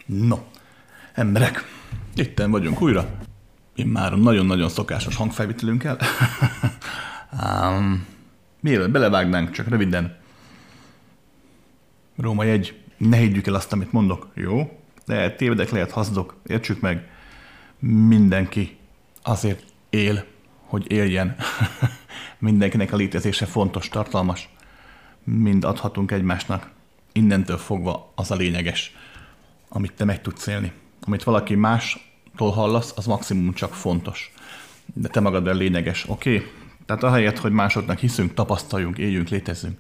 No, emberek, itten vagyunk újra. Immár nagyon-nagyon szokásos hangfelvételünkkel. Mielőtt belevágnánk, csak röviden. Róma 1, ne higgyük el azt, amit mondok, jó? Lehet tévedek, lehet hazdok, értsük meg. Mindenki azért él, hogy éljen. Mindenkinek a létezése fontos, tartalmas. Mind adhatunk egymásnak. Innentől fogva az a lényeges, amit te meg tudsz élni. Amit valaki mástól hallasz, az maximum csak fontos. De te magadra lényeges, oké? Tehát ahelyett, hogy másoknak hiszünk, tapasztaljunk, éljünk, létezzünk.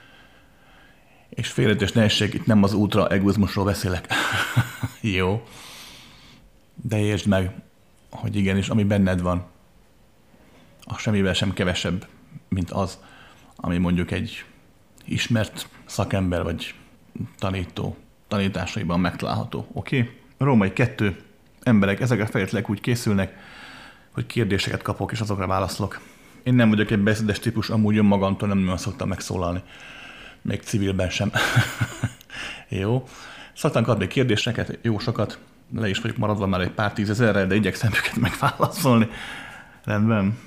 És félreértés ne essék, itt nem az ultra egoizmusról beszélek. Jó. De értsd meg, hogy igenis, ami benned van, az semmivel sem kevesebb, mint az, ami mondjuk egy ismert szakember vagy tanító tanításaiban megtalálható. Oké? Római 2 emberek ezekre feltétlenül úgy készülnek, hogy kérdéseket kapok, és azokra válaszolok. Én nem vagyok egy beszédes típus, amúgy önmagamtól nem nagyon szoktam megszólalni. Még civilben sem. Jó. Szoktam kapni kérdéseket, jó sokat, le is vagyok maradva már egy pár tízezerre, de igyekszem őket megválaszolni. Rendben.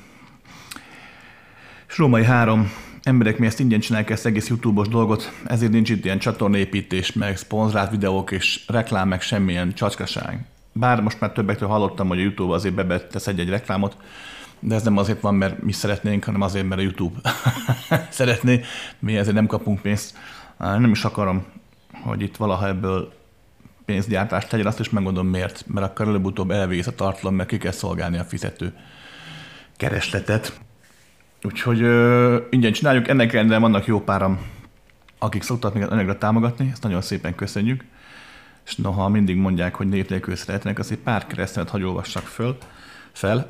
És Római 3. Emberek, mi ezt ingyen csinálják ezt egész YouTube-os dolgot, ezért nincs itt ilyen csatornaépítés, meg szponzorált videók és reklám, meg semmilyen csacskaság. Bár most már többektől hallottam, hogy a YouTube azért bebetesz egy reklámot, de ez nem azért van, mert mi szeretnénk, hanem azért, mert a YouTube szeretné. Mi ezért nem kapunk pénzt. Nem is akarom, hogy itt valaha ebből pénzgyártást legyen, azt is megmondom miért. Mert akkor előbb-utóbb elvész a tartalom, mert ki kell szolgálni a fizető keresletet. Úgyhogy ingyen csináljuk, ennek ellenére vannak jó páram, akik szoktak minket anyagra támogatni, ezt nagyon szépen köszönjük. És noha mindig mondják, hogy név nélkül szeretnek, azért pár keresztnevet hagy olvassak fel.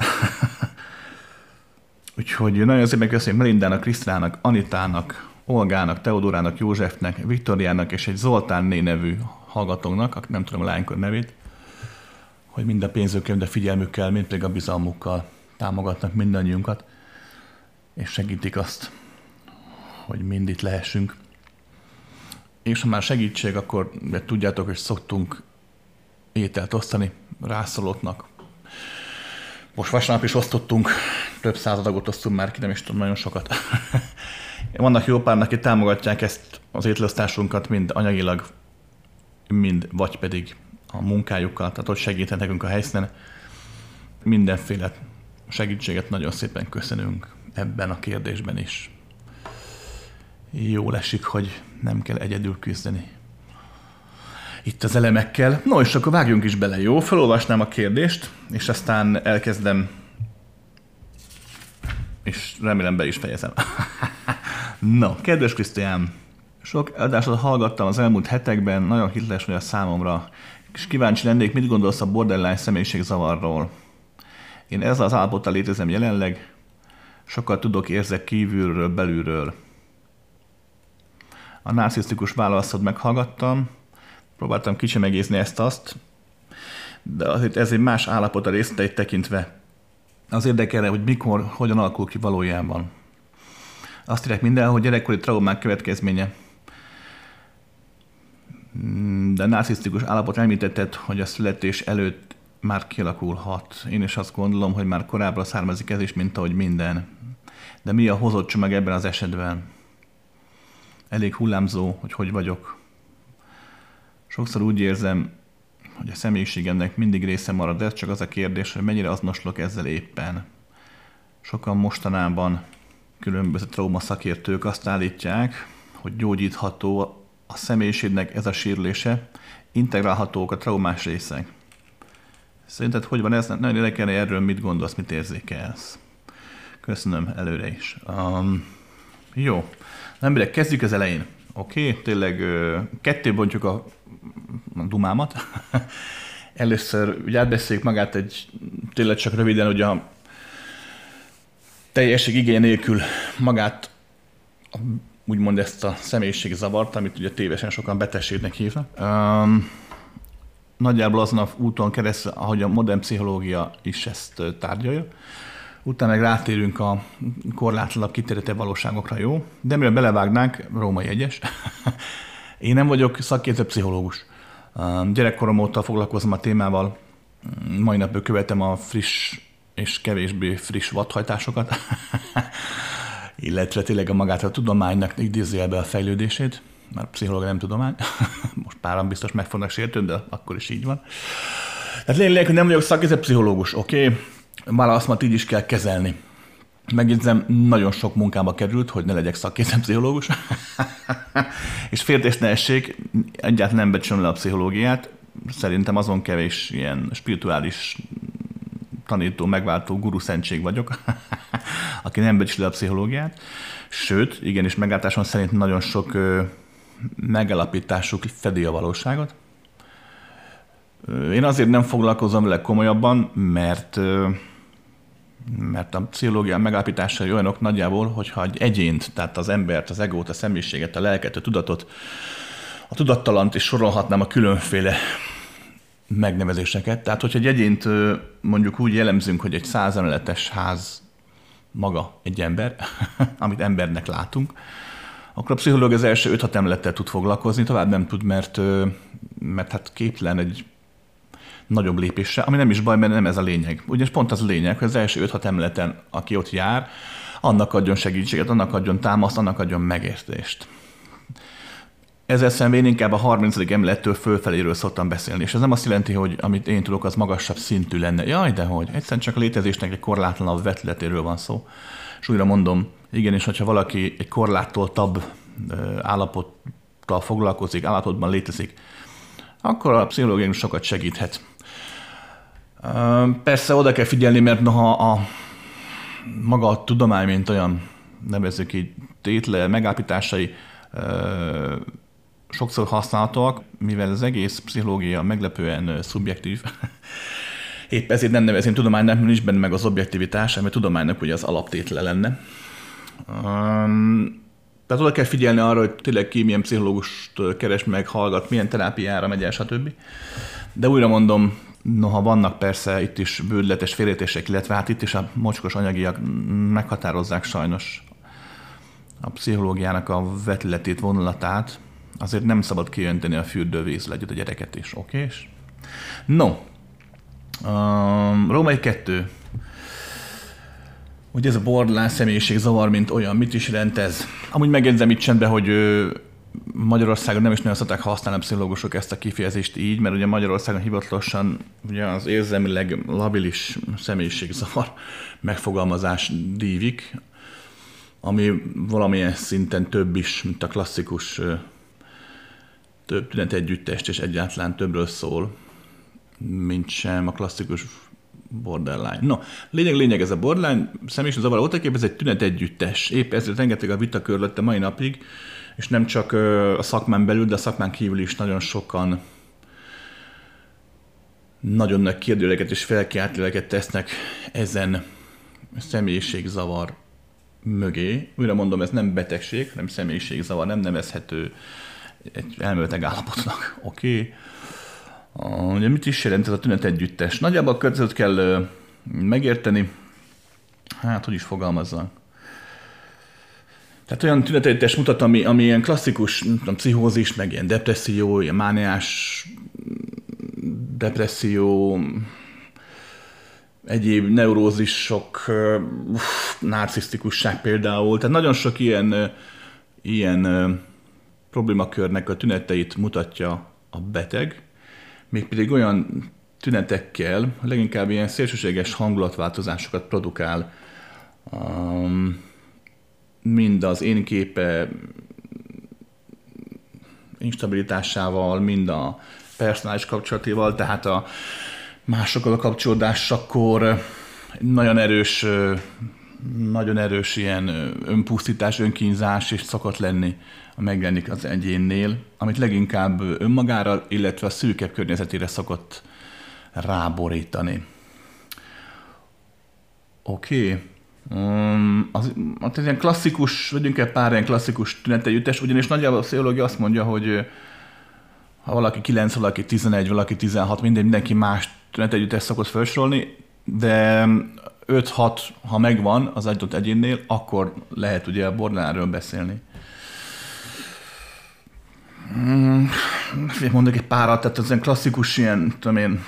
Úgyhogy nagyon szépen köszönjük Melindának, Krisztinának, Anitának, Olgának, Teodorának, Józsefnek, Viktoriának és egy Zoltán né nevű hallgatónknak, akik nem tudom a lánykor nevét, hogy mind a pénzükkel, mind a figyelmükkel, mind pedig a bizalmukkal támogatnak mindannyiunkat, és segítik azt, hogy mind itt lehessünk. És ha már segítség, akkor tudjátok, hogy szoktunk ételt osztani rászorulóknak. Most vasárnap is osztottunk, több száz adagot osztunk már ki, nem is tudom, nagyon sokat. Vannak jó pár, akik támogatják ezt az ételosztásunkat, mind anyagilag, mind vagy pedig a munkájukkal, tehát hogy segíthet nekünk a helyszínen. Mindenféle segítséget nagyon szépen köszönünk ebben a kérdésben is. Jól esik, hogy nem kell egyedül küzdeni itt az elemekkel. No, és akkor vágjunk is bele, jó? Felolvasnám a kérdést, és aztán elkezdem, és remélem be is fejezem. No, kedves Krisztián, sok adásot hallgattam az elmúlt hetekben, nagyon hiteles vagy a számomra, és kíváncsi lennék, mit gondolsz a borderline személyiségzavarról. Én ezzel az állapottal létezem jelenleg, sokat tudok, érzek kívülről, belülről. A narcisztikus válaszod meghallgattam, próbáltam kicsemegézni ezt-azt, de azért ez egy más állapot a részleteit tekintve. Az érdekelne, hogy mikor, hogyan alakul ki valójában. Azt írják mindenhol, hogy gyerekkori traumák következménye. De a narcisztikus állapot említetted, hogy a születés előtt már kialakulhat. Én is azt gondolom, hogy már korábbra származik ez is, mint ahogy minden. De mi a hozott csomag ebben az esetben? Elég hullámzó, hogy vagyok. Sokszor úgy érzem, hogy a személyiségemnek mindig része marad, de ez csak az a kérdés, hogy mennyire azonosulok ezzel éppen. Sokan mostanában különböző traumaszakértők azt állítják, hogy gyógyítható a személyiségnek ez a sérülése, integrálhatók a traumás részek. Szerinted hogy van ez? Nagyon érdekelne erről, mit gondolsz, mit érzékelsz. Köszönöm előre is. Jó. Emberek, kezdjük az elején. Oké? Tényleg ketté bontjuk a dumámat. Először ugye átbeszéljük magát tényleg csak röviden, hogy a teljesség igénye nélkül magát, úgymond ezt a személyiségzavart, amit ugye tévesen sokan betegségnek hívnak. Nagyjából azon a úton keresztül, ahogy a modern pszichológia is ezt tárgyalja. Utána meg rátérünk a korlátlanabb kiterjedtebb valóságokra, jó? De mire belevágnánk, Római 1-es. Én nem vagyok szakképzett pszichológus. Gyerekkorom óta foglalkozom a témával, mai napig követem a friss és kevésbé friss vadhajtásokat, illetve tényleg magát a tudománynak idézőjelbe a fejlődését, már pszichológia nem tudomány, most páran biztos meg fognak sértődni, de akkor is így van. Tehát lényeg, hogy nem vagyok szakképzett pszichológus, oké? Válaszmat így is kell kezelni. Megjegyzem, nagyon sok munkába került, hogy ne legyek szakképzett pszichológus, és féltést ne essék, egyáltalán nem becsülöm le a pszichológiát, szerintem azon kevés ilyen spirituális tanító, megváltó guru szentség vagyok, aki nem becsüli a pszichológiát, sőt, igenis meglátásom szerint nagyon sok megállapításuk fedi a valóságot. Én azért nem foglalkozom vele komolyabban, mert a pszichológia megállapításai olyanok nagyjából, hogyha egy egyént, tehát az embert, az egót, a személyiséget, a lelket, a tudatot, a tudattalant is sorolhatnám a különféle megnevezéseket. Tehát, hogyha egy egyént mondjuk úgy jellemzünk, hogy egy 100 emeletes ház maga egy ember, amit embernek látunk, akkor a pszichológia az első 5-6 emelettel tud foglalkozni, tovább nem tud, mert hát képtelen egy nagyobb lépésre, ami nem is baj, mert nem ez a lényeg. Ugyanis pont az a lényeg, hogy az első 5-6 emeleten, aki ott jár, annak adjon segítséget, annak adjon támaszt, annak adjon megértést. Ezzel szemben én inkább a 30. emelettől fölfeléről szoktam beszélni, és ez nem azt jelenti, hogy amit én tudok, az magasabb szintű lenne. Jaj, dehogy, egyszerűen csak a létezésnek egy korlátlanabb vetületéről van szó. És újra mondom, igenis, hogyha valaki egy korláttoltabb állapottal foglalkozik, állapotban létezik, akkor a pszichológia sokat segíthet. Persze oda kell figyelni, mert noha maga a tudomány, mint olyan, nevezzük így, tétle, megállapításai sokszor használhatóak, mivel az egész pszichológia meglepően szubjektív. Épp ezért nem nevezem tudománynak, mert nincs benne meg az objektivitás, mert tudománynak ugye az alaptétle lenne. Tehát oda kell figyelni arra, hogy tényleg ki milyen pszichológust keres meg, hallgat, milyen terápiára megy el, stb. De újra mondom, noha vannak persze itt is bődletes félreértések, illetve hát itt is a mocskos anyagiak meghatározzák sajnos a pszichológiának a vetületét, vonulatát, azért nem szabad kijönteni a fürdővízzel együtt a gyereket is, oké? No, Római 2. Ugye ez a borderline személyiségzavar, mint olyan, mit is jelent ez? Amúgy megjegyzem itt csendben, hogy Magyarországon nem is nagyon szokták használni a pszichológusok ezt a kifejezést így, mert ugye Magyarországon hivatalosan ugye az érzelmileg labilis személyiségzavar megfogalmazás dívik, ami valamilyen szinten több is, mint a klasszikus több tünetegyüttest, és egyáltalán többről szól, mint sem a klasszikus borderline. No, lényeg ez a borderline személyiségzavar voltaképp, ez egy tünetegyüttes. Épp ezért rengeteg a vita körülötte mai napig, és nem csak a szakmán belül, de a szakmán kívül is nagyon sokan nagyon nagy kérdőjeleket és felkiáltójeleket tesznek ezen személyiségzavar mögé. Újra mondom, ez nem betegség, hanem személyiségzavar, nem nevezhető egy elméletileg állapotnak. Oké. Ugye mit is jelent ez a tünetegyüttes? Nagyjából a következőt kell megérteni. Hát, hogy is fogalmazzak. Tehát olyan tünetegyüttes mutat, ami ilyen klasszikus pszichózis, meg ilyen depresszió, ilyen mániás depresszió, egyéb neurózisok, narcisztikusság például. Tehát nagyon sok ilyen problémakörnek a tüneteit mutatja a beteg, mégpedig olyan tünetekkel, leginkább ilyen szélsőséges hangulatváltozásokat produkál, mind az én képe instabilitásával, mind a personális kapcsolatéval, tehát a másokkal a kapcsolódásakor nagyon erős ilyen önpusztítás, önkínzás is szokott lenni, megjelenik az egyénnél, amit leginkább önmagára, illetve a szűkebb környezetére szokott ráborítani. Oké. Az ilyen klasszikus, vagy inkább pár ilyen klasszikus tünetegyüttes, ugyanis nagyjából a pszichológia azt mondja, hogy ha valaki 9, valaki 11, valaki 16, mindenki más tünetegyüttes szokott felsorolni, de 5-6, ha megvan az adott egyénnél, akkor lehet ugye a borderline-ről beszélni. Mondok egy párat, tehát az ilyen klasszikus ilyen, tudom én,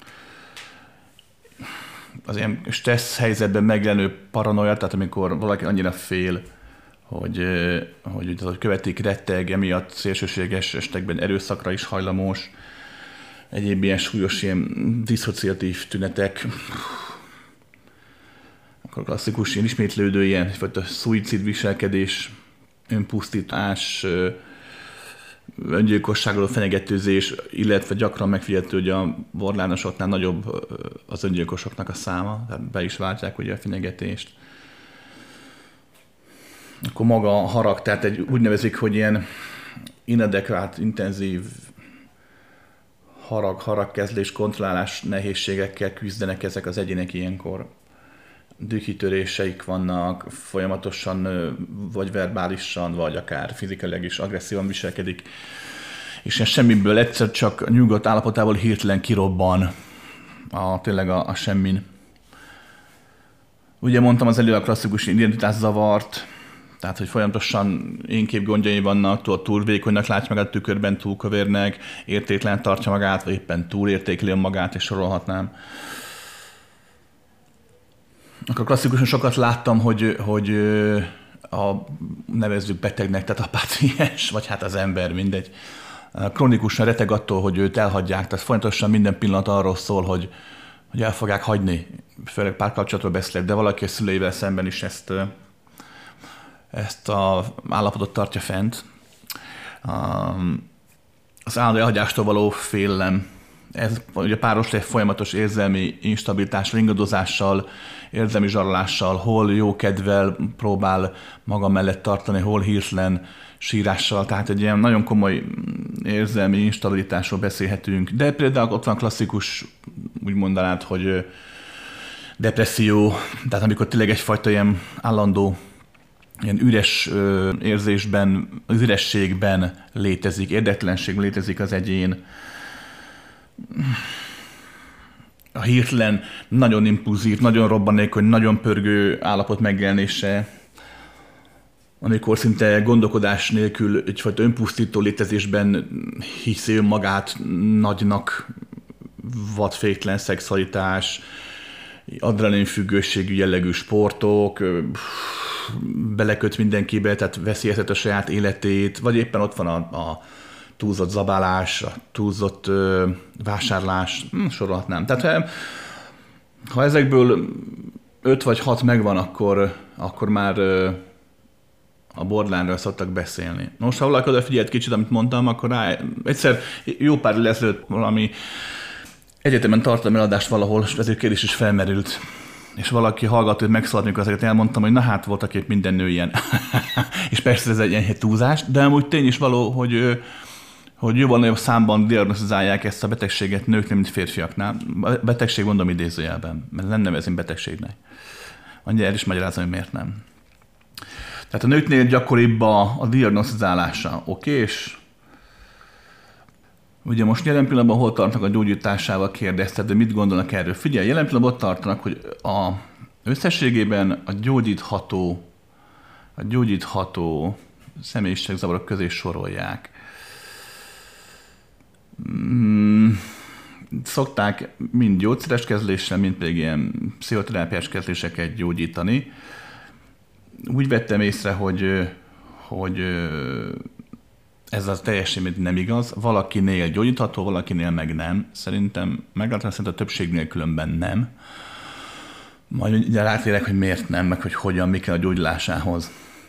az ilyen stressz helyzetben megjelenő paranoia, tehát amikor valaki annyira fél, hogy követik, retteg, emiatt szélsőséges esetekben erőszakra is hajlamos, egyéb ilyen súlyos ilyen diszociatív tünetek, akkor klasszikus ilyen ismétlődő ilyen szuicid viselkedés, önpusztítás, öngyilkosságról fenyegetőzés, illetve gyakran megfigyelhető, hogy a borlánosoknál nagyobb az öngyilkosoknak a száma, tehát be is váltják ugye a fenyegetést. Akkor maga a harag, tehát úgy nevezik, hogy ilyen inadekvát, intenzív haragkezelés, kontrollálás nehézségekkel küzdenek ezek az egyének ilyenkor. Dühkitöréseik vannak, folyamatosan vagy verbálisan, vagy akár fizikailag is agresszívan viselkedik, és ilyen semmiből egyszer csak nyugodt állapotából hirtelen kirobban tényleg a semmin. Ugye mondtam az előbb a klasszikus identitászavart, tehát, hogy folyamatosan énkép gondjai vannak, túl vékonynak látja magát tükörben, túl kövérnek, értéktelen tartja magát, vagy éppen túlértékeli magát, és sorolhatnám. Akkor klasszikusan sokat láttam, hogy nevezzük betegnek, tehát a páciens, vagy hát az ember, mindegy. Kronikusan reteg attól, hogy őt elhagyják, tehát folyamatosan minden pillanat arról szól, hogy el fogják hagyni. Főleg párkapcsolatról beszélek, de valaki a szüleivel szemben is ezt az állapotot tartja fent. Az állandó elhagyástól való félelem, ez ugye páros egy folyamatos érzelmi instabilitással, ingadozással, érzelmi zsarolással, hol jókedvel próbál maga mellett tartani, hol hirtelen sírással, tehát egy ilyen nagyon komoly érzelmi instabilitásról beszélhetünk. De például ott van klasszikus, úgy mondanád, hogy depresszió, tehát amikor tényleg egyfajta ilyen állandó, ilyen üres érzésben, az ürességben létezik, érdektelenségben létezik az egyén. A hirtelen, nagyon impulzív, nagyon robbanékony, nagyon pörgő állapot megjelenése, amikor szinte gondolkodás nélkül egyfajta önpusztító létezésben hiszi önmagát nagynak, vadféktlen szexualitás, adrenalinfüggőségű jellegű sportok, beleköt mindenkibe, tehát veszélyeztet a saját életét, vagy éppen ott van a túlzott zabálás, a túlzott vásárlás, sorolhatnám. Tehát ha ezekből 5 vagy 6 megvan, akkor már a borderline-ről szoktak beszélni. Most, ha valaki odafigyelt kicsit, amit mondtam, akkor egyszer jó pár évvel ezelőtt valami egyetemen tartom eladást valahol, és ezért kérdés is felmerült. És valaki hallgatott, hogy megszólalt, amikor ezeket elmondtam, hogy na hát voltak épp minden nő ilyen. És persze ez egy enyhe túlzás, de amúgy tény is való, hogy jóval nagyobb számban diagnosztizálják ezt a betegséget nőknél, mint férfiaknál. Betegség mondom idézőjelben, mert nem nevezem betegségnek. Annyira el is magyarázom, hogy miért nem. Tehát a nőknél gyakoribb a diagnosztizálása, oké? És ugye most jelen pillanatban hol tartanak a gyógyításával kérdezted, de mit gondolnak erről? Figyelj, jelen pillanatban ott tartanak, hogy összességében a gyógyítható személyiségzavarok közé sorolják. Szokták mind gyógyszeres kezeléssel, mind pedig ilyen pszichoterápiás kezeléseket gyógyítani. Úgy vettem észre, hogy ez az teljesen nem igaz. Valakinél gyógyítható, valakinél meg nem. Szerintem meglátom, a többségnél különben nem. Majd ugye rátérek, hogy miért nem, meg hogy hogyan, mi kell a gyógyulásához.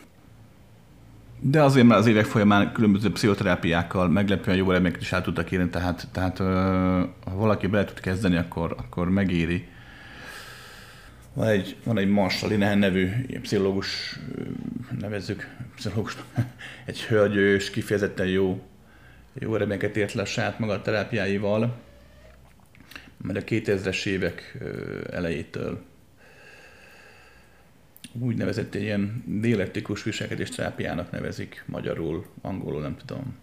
De azért már az évek folyamán különböző pszichoterápiákkal meglepően jó eredményeket is át tudtak érni, tehát ha valaki bele tud kezdeni, akkor megéri. Van egy Marshall Linehan nevű pszichológus, nevezzük pszichológus, egy hölgy, és kifejezetten jó eredményeket ért le a saját maga terápiáival, mert a 2000-es évek elejétől úgynevezett egy ilyen dialektikus viselkedés terápiának nevezik, magyarul, angolul nem tudom.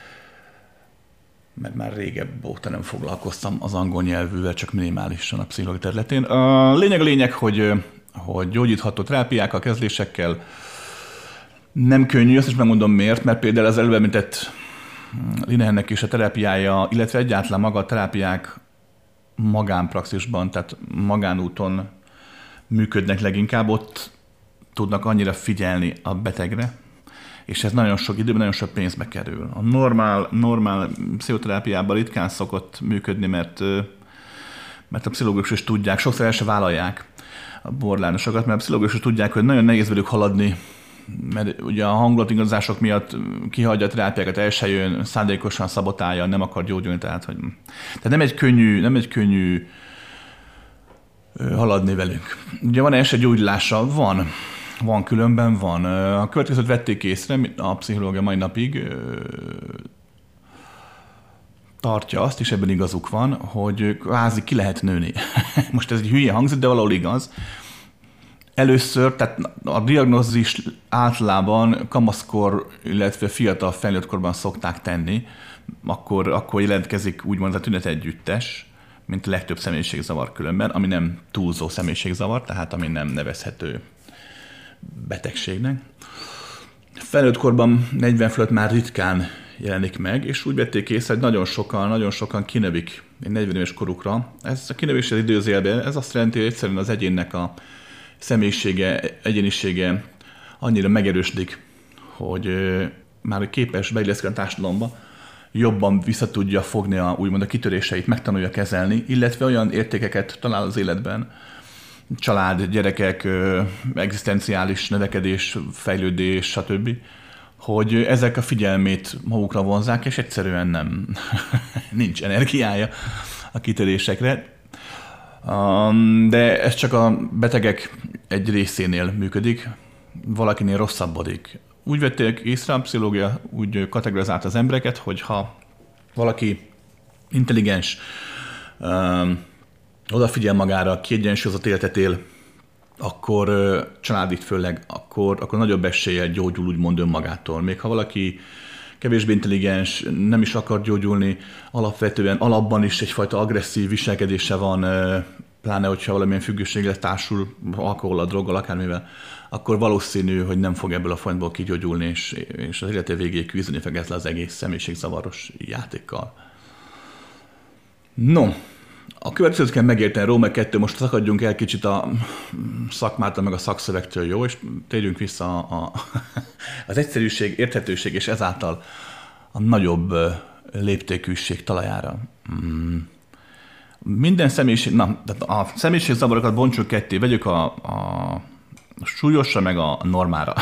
Mert már régebb óta nem foglalkoztam az angol nyelvűvel, csak minimálisan a pszichológia területén. A lényeg, hogy gyógyítható terápiákkal, kezelésekkel nem könnyű, azt is megmondom miért, mert például az előbb említett Linehannek is a terápiája, illetve egyáltalán maga a terápiák magánpraxisban, tehát magánúton működnek leginkább, ott tudnak annyira figyelni a betegre, és ez nagyon sok időben, nagyon sok pénzbe kerül. A normál pszichoterápiában ritkán szokott működni, mert a pszichológusok is tudják, sokszor el se vállalják a borlánosokat, mert a pszichológusok is tudják, hogy nagyon nehéz velük haladni, mert ugye a hangulatingazások miatt kihagyja a terápiákat, el se jön, szándékosan szabotálja, nem akar gyógyulni, tehát nem egy könnyű haladni velünk. Ugye van esetgyógyulása? Van, különben van. A következőt vették észre, a pszichológia mai napig tartja azt, és ebben igazuk van, hogy kvázi ki lehet nőni. Most ez egy hülye hangzik, de valahol igaz. Először, tehát a diagnózis általában kamaszkor, illetve fiatal felnőttkorban szokták tenni, akkor jelentkezik úgymond a tünet együttes, mint a legtöbb személyiségzavar különben, ami nem túlzó személyiségzavar, tehát ami nem nevezhető betegségnek. Felnőttkorban 40 fölött már ritkán jelenik meg, és úgy vették észre, hogy nagyon sokan kinövik 40 éves korukra. Ez a kinövés az időzélben, ez azt jelenti, hogy egyszerűen az egyénnek a személyisége, egyénisége annyira megerősödik, hogy már képes beilleszkedni a társadalomba, jobban vissza tudja fogni úgymond a kitöréseit, megtanulja kezelni, illetve olyan értékeket talál az életben, család, gyerekek, egzisztenciális növekedés, fejlődés, stb., hogy ezek a figyelmét magukra vonzák, és egyszerűen nincs energiája a kitörésekre. De ez csak a betegek egy részénél működik, valakinél rosszabbodik. Úgy vették észre, a pszichológia úgy kategorizált az embereket, hogy ha valaki intelligens, odafigyel magára, kiegyensúlyozott életet él, akkor családit főleg, akkor nagyobb eséllyel gyógyul úgymond önmagától. Még ha valaki kevésbé intelligens, nem is akar gyógyulni, alapvetően alapban is egyfajta agresszív viselkedése van, pláne hogyha valamilyen függőséggel társul, alkohollal, droggal, akármivel, akkor valószínű, hogy nem fog ebből a folyamatból kigyógyulni, és az élete végéig küzdeni fog ezzel az egész személyiségzavaros játékkal. No, a következőt kell megérteni, Róma 2, most szakadjunk el kicsit a szakmától, meg a szakszövegtől, jó? És térjünk vissza az egyszerűség, érthetőség, és ezáltal a nagyobb léptékűség talajára. Minden a személyiségzavarokat bontsuk ketté, vegyük a súlyosra, meg a normára.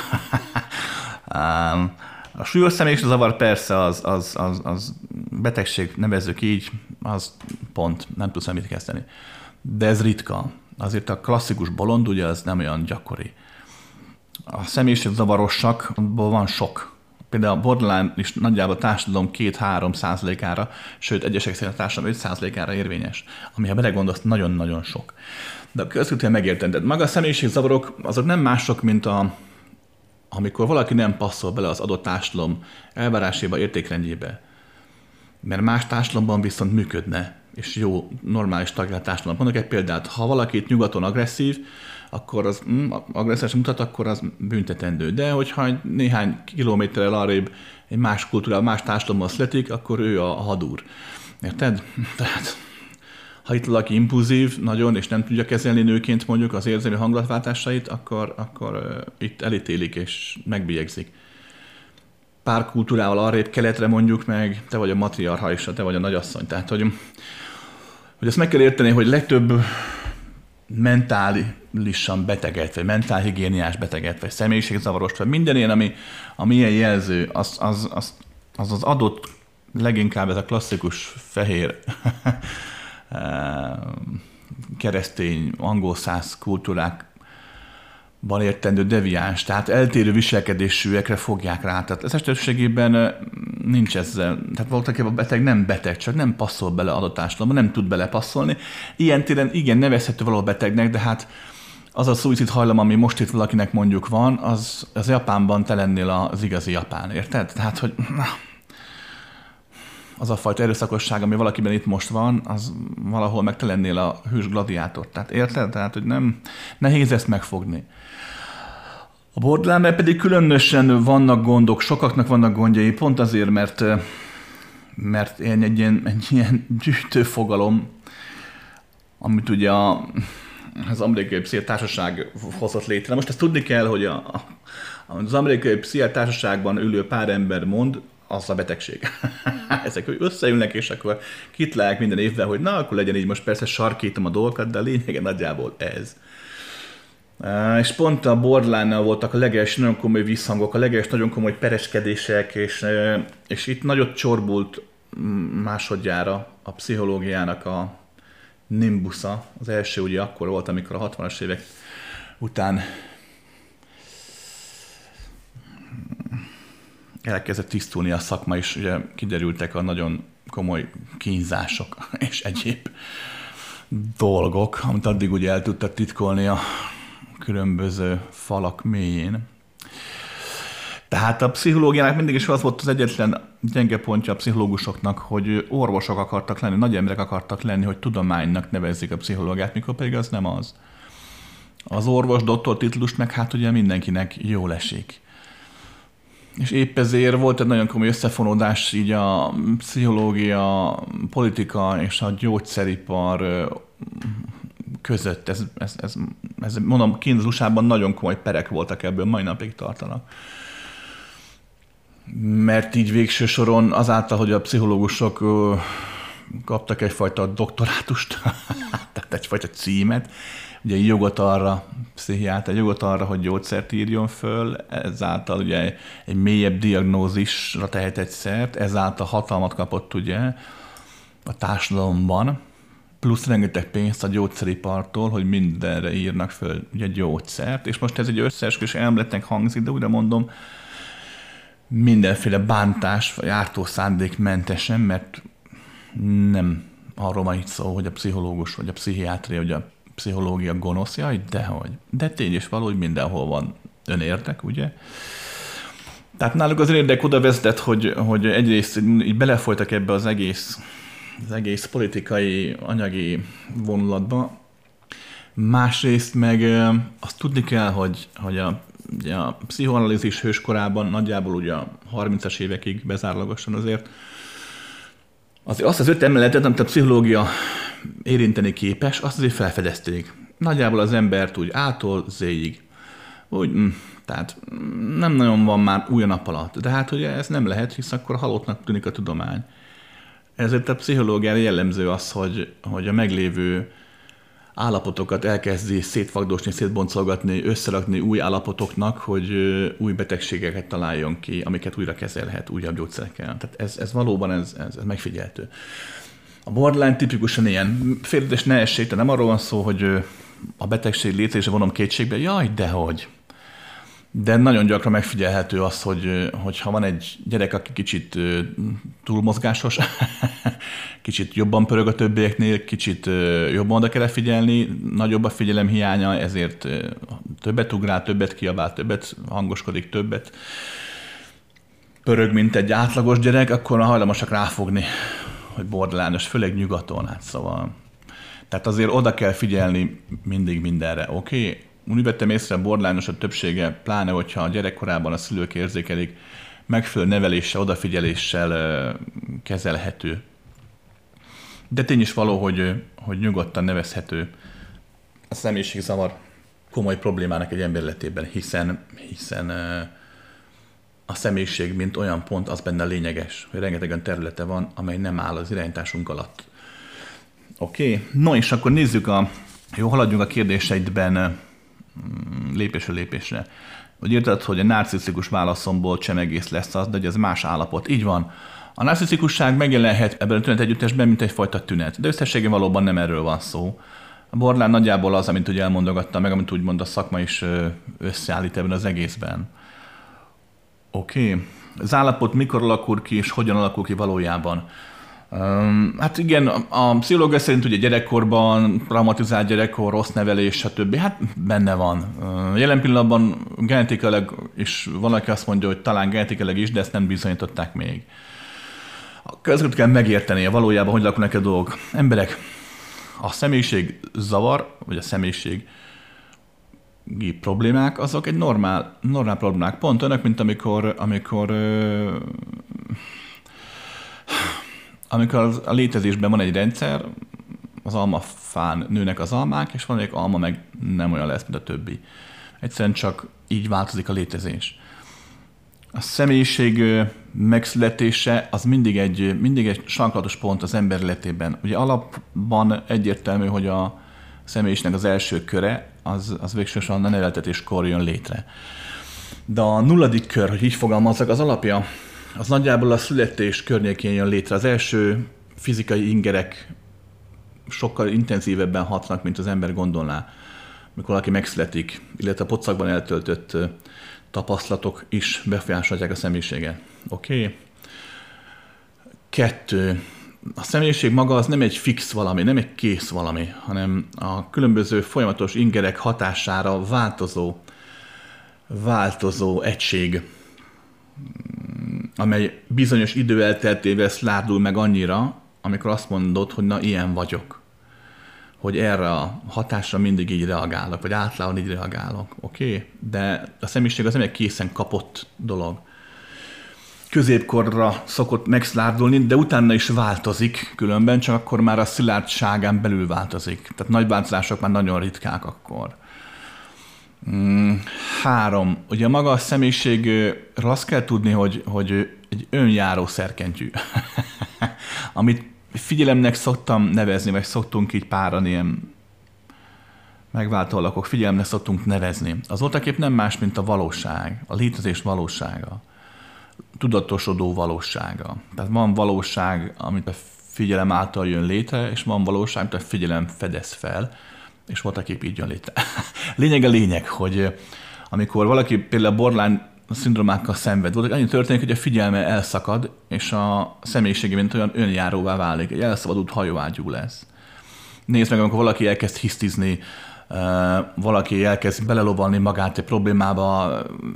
A súlyos személyiségzavar persze az betegség, nevezzük így, az pont, nem tudsz semmit kezdeni. De ez ritka. Azért a klasszikus bolond, ugye, az nem olyan gyakori. A személyiségzavarosakból van sok. Például a borderline is nagyjából a társadalom 2-3%-ára, sőt, egyesek szerint a társadalom 5%-ára érvényes. Ami, ha belegondolsz, nagyon-nagyon sok. De a közvetlenül megérteni. Maga a személyiségzavarok azok nem mások, mint amikor valaki nem passzol bele az adott társadalom elváráséba, értékrendjébe. Mert más társadalomban viszont működne, és jó, normális tagja a társadalom. Mondok egy példát, ha valaki itt nyugaton agresszív, akkor az agressziós mutat, akkor az büntetendő. De hogyha néhány kilométerrel arrébb egy más kultúrában, más társadalomban születik, akkor ő a hadúr. Érted? Tehát, ha itt valaki impulzív nagyon, és nem tudja kezelni nőként mondjuk az érzelmi hangulatváltásait, akkor itt elítélik és megbélyegzik. Pár kultúrával arrébb keletre mondjuk meg, te vagy a matriarcha, te vagy a nagyasszony. Tehát, hogy ezt meg kell érteni, hogy legtöbb mentálisan beteget, vagy mentálhigiéniás beteget, vagy személyiségzavarost, vagy minden ilyen, ami ilyen jelző, az adott leginkább ez a klasszikus fehér keresztény, angol-szász kultúrákban értendő deviáns, tehát eltérő viselkedésűekre fogják rá. Tehát ez esetőségében nincs ezzel. Tehát voltaképp a beteg nem beteg, csak nem passzol bele adott társadalomba, nem tud belepasszolni. Ilyen téren igen, nevezhető valahol betegnek, de hát az a szuicid hajlam, ami most itt valakinek mondjuk van, az Japánban te lennél az igazi japán, érted? Tehát, hogy az a fajta erőszakosság, ami valakiben itt most van, az valahol meg te lennél a hős gladiátor. Tehát érted? Tehát, hogy nem nehéz ezt megfogni. A borderline pedig különösen vannak gondok, sokaknak vannak gondjai, pont azért, mert mert egy ilyen gyűjtő fogalom, amit ugye az amerikai pszichiátártársaság hozott létre. Most ezt tudni kell, hogy az amerikai pszichiátártársaságban ülő pár ember mond, az a betegség. Ezek összeülnek, és akkor kitalálják minden évben, hogy na, akkor legyen így, most persze sarkítom a dolgokat, de a lényege nagyjából ez. És pont a borderline-nál voltak a legelső nagyon komoly visszhangok, a legelső nagyon komoly pereskedések, és itt nagyot csorbult másodjára a pszichológiának a nimbusza. Az első ugye akkor volt, amikor a 60-as évek után elkezdett tisztulni a szakma, és ugye kiderültek a nagyon komoly kínzások és egyéb dolgok, amit addig ugye el tudtak titkolni a különböző falak mélyén. Tehát a pszichológiának mindig is az volt az egyetlen gyenge pontja a pszichológusoknak, hogy orvosok akartak lenni, nagy emberek akartak lenni, hogy tudománynak nevezzék a pszichológiát, mikor pedig az nem az. Az orvos doktor titulust meg hát ugye mindenkinek jól esik. És épp ezért volt egy nagyon komoly összefonódás így a pszichológia, politika és a gyógyszeripar között. Ez mondom, kint az USA-ban nagyon komoly perek voltak ebből, mai napig tartanak. Mert így végső soron azáltal, hogy a pszichológusok kaptak egyfajta doktorátust, tehát egyfajta címet, ugye jogot arra, pszichiáter jogot arra, hogy gyógyszert írjon föl, ezáltal ugye egy mélyebb diagnózisra tehet egy szert, ezáltal hatalmat kapott ugye a társadalomban, plusz rengeteg pénzt a gyógyszeripartól, hogy mindenre írnak föl ugye gyógyszert, és most ez egy összeesküvés elméletnek hangzik, de újra mondom, mindenféle bántás vagy ártó szándékmentesen, mert nem arról van itt szó, hogy a pszichológus vagy a pszichiátria, vagy a pszichológia gonosz, jaj, dehogy. De tény is való, hogy mindenhol van önérdek, ugye? Tehát náluk az érdek oda vezetett, hogy egyrészt így belefolytak ebbe az egész politikai, anyagi vonulatba. Másrészt meg azt tudni kell, hogy a pszichoanalízis hőskorában nagyjából ugye a 30-as évekig bezárlagosan azért azt az 5 emeletet, amit a pszichológia érinteni képes, azt azért felfedezték. Nagyjából az embert úgy A-tól Z-ig. Tehát nem nagyon van már új a nap alatt. De hát ugye ez nem lehet, hisz akkor halottnak tűnik a tudomány. Ezért a pszichológiára jellemző az, hogy a meglévő állapotokat elkezdi szétfagdosni, szétboncolgatni, összerakni új állapotoknak, hogy új betegségeket találjon ki, amiket újra kezelhet újabb gyógyszerekkel. Tehát ez valóban ez megfigyelhető. A borderline tipikusan ilyen. Félreértés ne essék, de nem arról van szó, hogy a betegség létezése vonom kétségbe, jaj, dehogy. De nagyon gyakran megfigyelhető az, hogy ha van egy gyerek, aki kicsit túlmozgásos, kicsit jobban pörög a többieknél, kicsit jobban oda kell figyelni, nagyobb a figyelem hiánya, ezért többet ugrál, többet kiabál, többet hangoskodik, többet pörög, mint egy átlagos gyerek, akkor hajlamosak ráfogni, hogy borderline-os, főleg nyugaton, hát szóval. Tehát azért oda kell figyelni mindig mindenre, oké? Úgy vettem észre, a borderline-osok többsége, pláne hogyha a gyerekkorában a szülők érzékelik, megfelelő neveléssel, odafigyeléssel kezelhető. De tény is való, hogy nyugodtan nevezhető a személyiségzavar komoly problémának egy ember életében, hiszen a személyiség, mint olyan pont, az benne lényeges, hogy rengeteg olyan területe van, amely nem áll az irányításunk alatt. Oké? No, és akkor nézzük haladjunk a kérdéseidben lépésről lépésre. Úgy érted, hogy a narcisztikus válaszomból csemegész lesz az, de hogy ez más állapot. Így van. A narcisztikusság megjelenhet ebben a tünet együttesben, mint egyfajta tünet, de összességében valóban nem erről van szó. A borderline nagyjából az, amit ugye elmondogattam, meg amit úgymond a szakma is összeállít ebben az egészben. Oké. Az állapot mikor alakul ki, és hogyan alakul ki valójában? Hát igen, a pszichológia szerint ugye gyerekkorban, traumatizált gyerekkor, rossz nevelés, stb. Hát benne van. Jelen pillanatban genetikailag is valaki azt mondja, hogy talán genetikailag is, de ezt nem bizonyították még. Között kell megérteni, valójában hogy alakulnak a dolgok. Emberek, a személyiség zavar, vagy a személyiségi problémák, azok egy normál problémák. Pont önök, mint amikor amikor a létezésben van egy rendszer, az almafán nőnek az almák, és valamelyik alma meg nem olyan lesz, mint a többi. Egyszerűen csak így változik a létezés. A személyiség megszületése az mindig egy sarkalatos pont az ember életében. Ugye alapban egyértelmű, hogy a személyiségnek az első köre az végsősorban a neveltetéskor jön létre. De a nulladik kör, hogy így fogalmazzak, az alapja, az nagyjából a születés környékén jön létre. Az első fizikai ingerek sokkal intenzívebben hatnak, mint az ember gondolná, mikor valaki megszületik, illetve a pocakban eltöltött tapasztalatok is befolyásolják a személyiséget. Oké? 2. A személyiség maga az nem egy fix valami, nem egy kész valami, hanem a különböző folyamatos ingerek hatására változó egység, amely bizonyos idő elteltével szlárdul meg annyira, amikor azt mondod, hogy na, ilyen vagyok. Hogy erre a hatásra mindig így reagálok, vagy általában így reagálok. Oké? De a személyiség az nem egy készen kapott dolog. Középkorra szokott megszlárdulni, de utána is változik különben, csak akkor már a szilárdságán belül változik. Tehát nagy változások már nagyon ritkák akkor. 3. Ugye maga a személyiségről azt kell tudni, hogy egy önjáró szerkentyű. Amit figyelemnek szoktam nevezni, vagy szoktunk így páran ilyen megváltó alakok, figyelemnek szoktunk nevezni. Az voltaképp nem más, mint a valóság, a létezés valósága, tudatosodó valósága. Tehát van valóság, amit a figyelem által jön létre, és van valóság, amit a figyelem fedez fel, és voltaképp így jön létre. Lényeg, hogy amikor valaki például borderline szindrómákkal szenved, volt, hogy annyi történik, hogy a figyelme elszakad, és a személyisége mint olyan önjáróvá válik, egy elszabadult hajóágyú lesz. Nézd meg, amikor valaki elkezd hisztizni, valaki elkezd belelovalni magát egy problémába,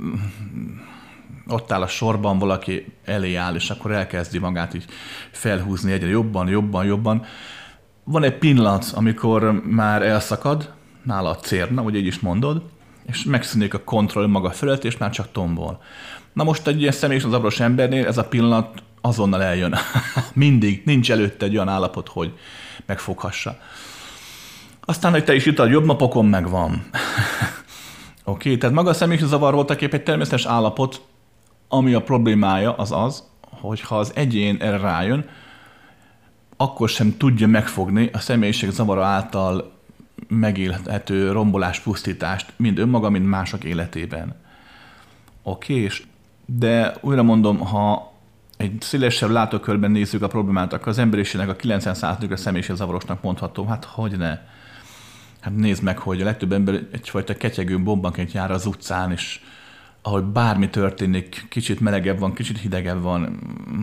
ott áll a sorban, valaki elé áll, és akkor elkezdi magát így felhúzni egyre jobban. Van egy pillanat, amikor már elszakad, nála a cérna, ugye így is mondod, és megszűnik a kontroll maga fölött, és már csak tombol. Na most egy ilyen személyesen zavaros embernél ez a pillanat azonnal eljön. Mindig, nincs előtte egy olyan állapot, hogy megfoghassa. Aztán, hogy te is juttad, jobb napokon megvan. Oké, tehát maga a személyiség zavar voltaképp egy természetes állapot, ami a problémája az, hogy ha az egyén erre rájön, akkor sem tudja megfogni a személyiség zavara által megélhető rombolás, pusztítást, mind önmaga, mind mások életében. Oké, de újra mondom, ha egy szélesebb látókörben nézzük a problémát, akkor az emberiségnek a 90%-a személyiségzavarosnak mondható. Hát hogy ne? Hát nézd meg, hogy a legtöbb ember egyfajta ketyegő bombaként jár az utcán, és ahogy bármi történik, kicsit melegebb van, kicsit hidegebb van,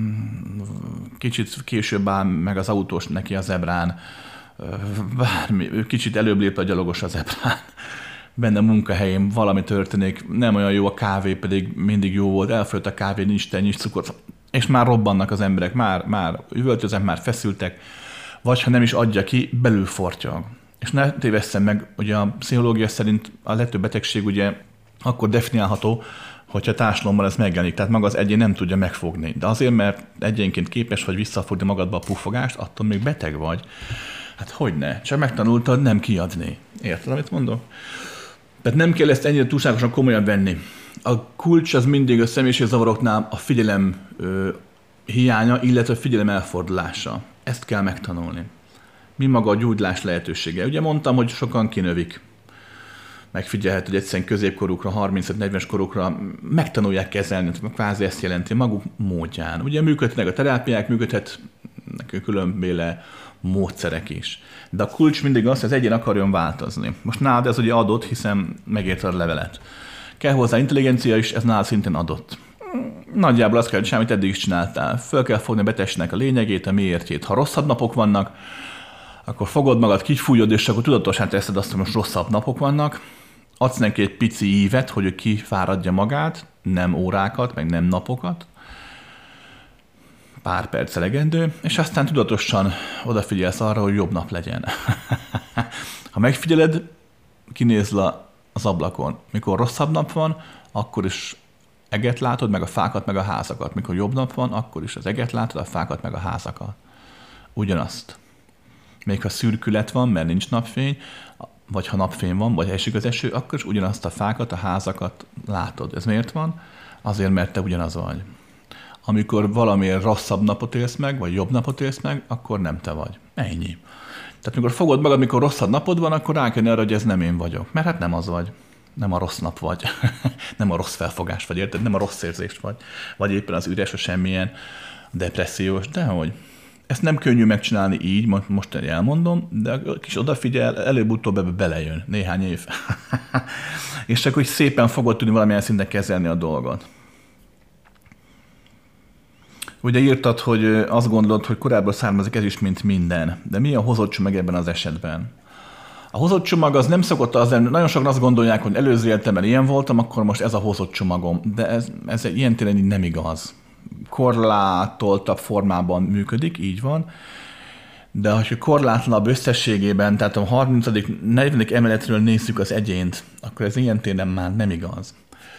kicsit később áll meg az autós neki a zebrán, bármi, kicsit előbb lép a gyalogos a zebrán, benne a munkahelyén valami történik, nem olyan jó a kávé, pedig mindig jó volt, elfogyott a kávé, nincs tej, nincs cukor, és már robbannak az emberek, már üvöltöznek, már feszültek, vagy ha nem is adja ki, belül fortyog. És ne tévesszem meg, ugye a pszichológia szerint a legtöbb betegség ugye akkor definiálható, hogyha társadalomban ez megjelenik, tehát maga az egyén nem tudja megfogni. De azért, mert egyénként képes vagy visszafogni magadba a puffogást, attól még beteg vagy. Hát hogyne, csak megtanultad nem kiadni. Érted, amit mondok? Tehát nem kell ezt ennyire túlságosan komolyan venni. A kulcs az mindig a személyiségzavaroknál a figyelem hiánya, illetve a figyelem elfordulása. Ezt kell megtanulni. Mi maga a gyógyulás lehetősége? Ugye mondtam, hogy sokan kinövik. Megfigyelhet, hogy egyszerűen középkorukra, 35-40-es korukra megtanulják kezelni, kvázi ezt jelenti maguk módján. Ugye működnek a terápiák, működhetnek különböző módszerek is. De a kulcs mindig az, hogy az egyén akarjon változni. Most nálad ez ugye adott, hiszen megérted a levelet. Kell hozzá intelligencia is, ez nálad szintén adott. Nagyjából azt kell csinálni, amit eddig is csináltál. Föl kell fogni a betegségnek a lényegét, a miértjét. Ha rosszabb napok vannak, akkor fogod magad, kifújod, és akkor tudatosan teszed azt, hogy most rosszabb napok vannak. Adsz neki egy pici ívet, hogy ő kifáradja magát, nem órákat, meg nem napokat. Pár perc elegendő, és aztán tudatosan odafigyelsz arra, hogy jobb nap legyen. Ha megfigyeled, kinézz le az ablakon. Mikor rosszabb nap van, akkor is eget látod, meg a fákat, meg a házakat. Mikor jobb nap van, akkor is az eget látod, a fákat, meg a házakat. ugyanazt. Még ha szürkület van, mert nincs napfény, vagy ha napfény van, vagy esik az eső, akkor is ugyanazt a fákat, a házakat látod. Ez miért van? Azért, mert te ugyanaz vagy. Amikor valamiért rosszabb napot élsz meg, vagy jobb napot élsz meg, akkor nem te vagy. Ennyi. Tehát amikor fogod magad, amikor rosszabb napod van, akkor rá kell arra, hogy ez nem én vagyok. Mert hát nem az vagy. Nem a rossz nap vagy. Nem a rossz felfogás vagy, érted? Nem a rossz érzést vagy. Vagy éppen az üres, vagy semmilyen depressziós. Dehogy. Ezt nem könnyű megcsinálni így, most elmondom, de a kis odafigyel, előbb-utóbb ebbe belejön néhány év. És csak úgy szépen fogod tudni valamilyen szinten kezelni a dolgot. Ugye írtad, hogy azt gondolod, hogy korábban származik ez is, mint minden. De mi a hozott csomag ebben az esetben? A hozott csomag az nem szokott az lenni, nagyon sokan azt gondolják, hogy előző életemben ilyen voltam, akkor most ez a hozott csomagom. De ez ilyen tényleg nem igaz. Korlátoltabb formában működik, így van. De ha korlátlanabb összességében, tehát a 30. 40. emeletről nézzük az egyént, akkor ez ilyen tényleg már nem igaz.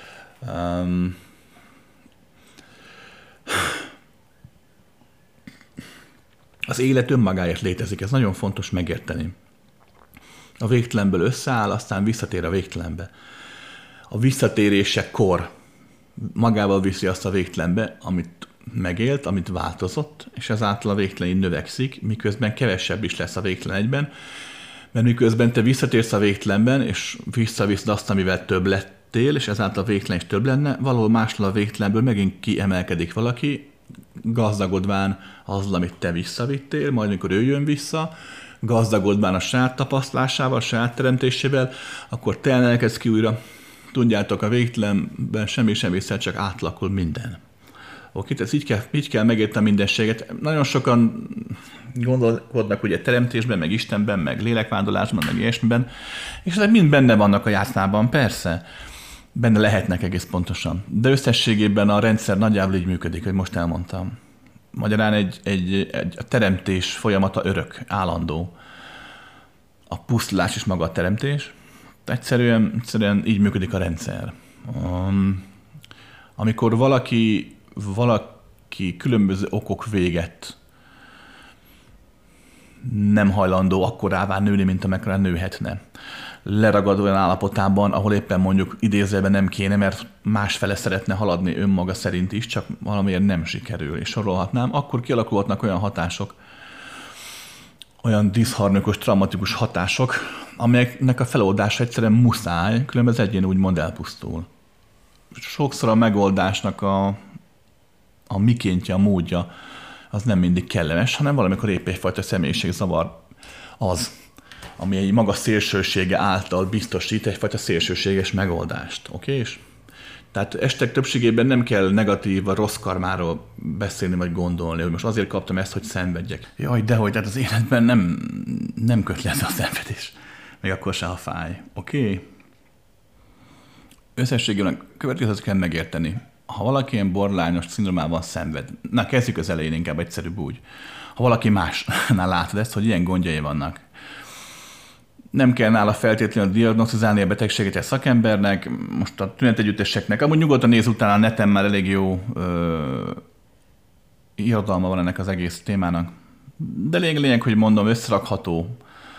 Az élet önmagáért létezik, ez nagyon fontos megérteni. A végtelenből összeáll, aztán visszatér a végtelenbe. A visszatérésekor magával viszi azt a végtelenbe, amit megélt, amit változott, és ezáltal a végtelen növekszik, miközben kevesebb is lesz a végtelen egyben, mert miközben te visszatérsz a végtelenben, és visszaviszed azt, amivel több lettél, és ezáltal a végtelen is több lenne, valahol máshol a végtelenből megint kiemelkedik valaki, gazdagodván azzal, amit te visszavittél, majd amikor ő jön vissza, gazdagodván a saját tapasztalásával, a saját teremtésével, akkor te emelkedsz ki újra. Tudjátok, a végtelenben semmi sem vissza, csak átlakul minden. Oké, tehát így kell megérteni mindenséget. Nagyon sokan gondolkodnak ugye teremtésben, meg Istenben, meg lélekvándorlásban, meg ilyesmiben, és ezek mind benne vannak a játszmában, persze. Benne lehetnek egész pontosan. De összességében a rendszer nagyjából így működik, hogy most elmondtam. Magyarán a teremtés folyamata örök, állandó. A pusztulás is maga a teremtés. Egyszerűen így működik a rendszer. Amikor valaki különböző okok véget nem hajlandó akkorává nőni, mint amekkora nőhetne. Leragad olyan állapotában, ahol éppen mondjuk idézőben nem kéne, mert másfele szeretne haladni önmaga szerint is, csak valamiért nem sikerül, és sorolhatnám, akkor kialakulhatnak olyan hatások, olyan diszharmonikus, traumatikus hatások, amelyeknek a feloldása egyszerűen muszáj, különben az egyén úgymond elpusztul. Sokszor a megoldásnak a mikéntje, a módja az nem mindig kellemes, hanem valamikor épp egyfajta személyiségzavar az, ami egy maga szélsősége által biztosít egyfajta szélsőséges megoldást. Oké? Tehát estek többségében nem kell negatív, vagy rossz karmáról beszélni, vagy gondolni, hogy most azért kaptam ezt, hogy szenvedjek. Jaj, dehogy, tehát az életben nem kötelező a szenvedés. Még akkor se, ha fáj. Oké? Összességében a következőt kell megérteni. Ha valaki ilyen borderline-os szindrómában szenved, na kezdjük az elején, inkább egyszerűbb úgy. Ha valaki másnál látod ezt, hogy ilyen gondjai vannak, nem kell nála feltétlenül diagnosztizálni a betegséget egy szakembernek, most a tünetegyütteseknek. Amúgy nyugodtan néz utána a neten, már elég jó irodalma van ennek az egész témának. De lényeg, hogy mondom, összerakható.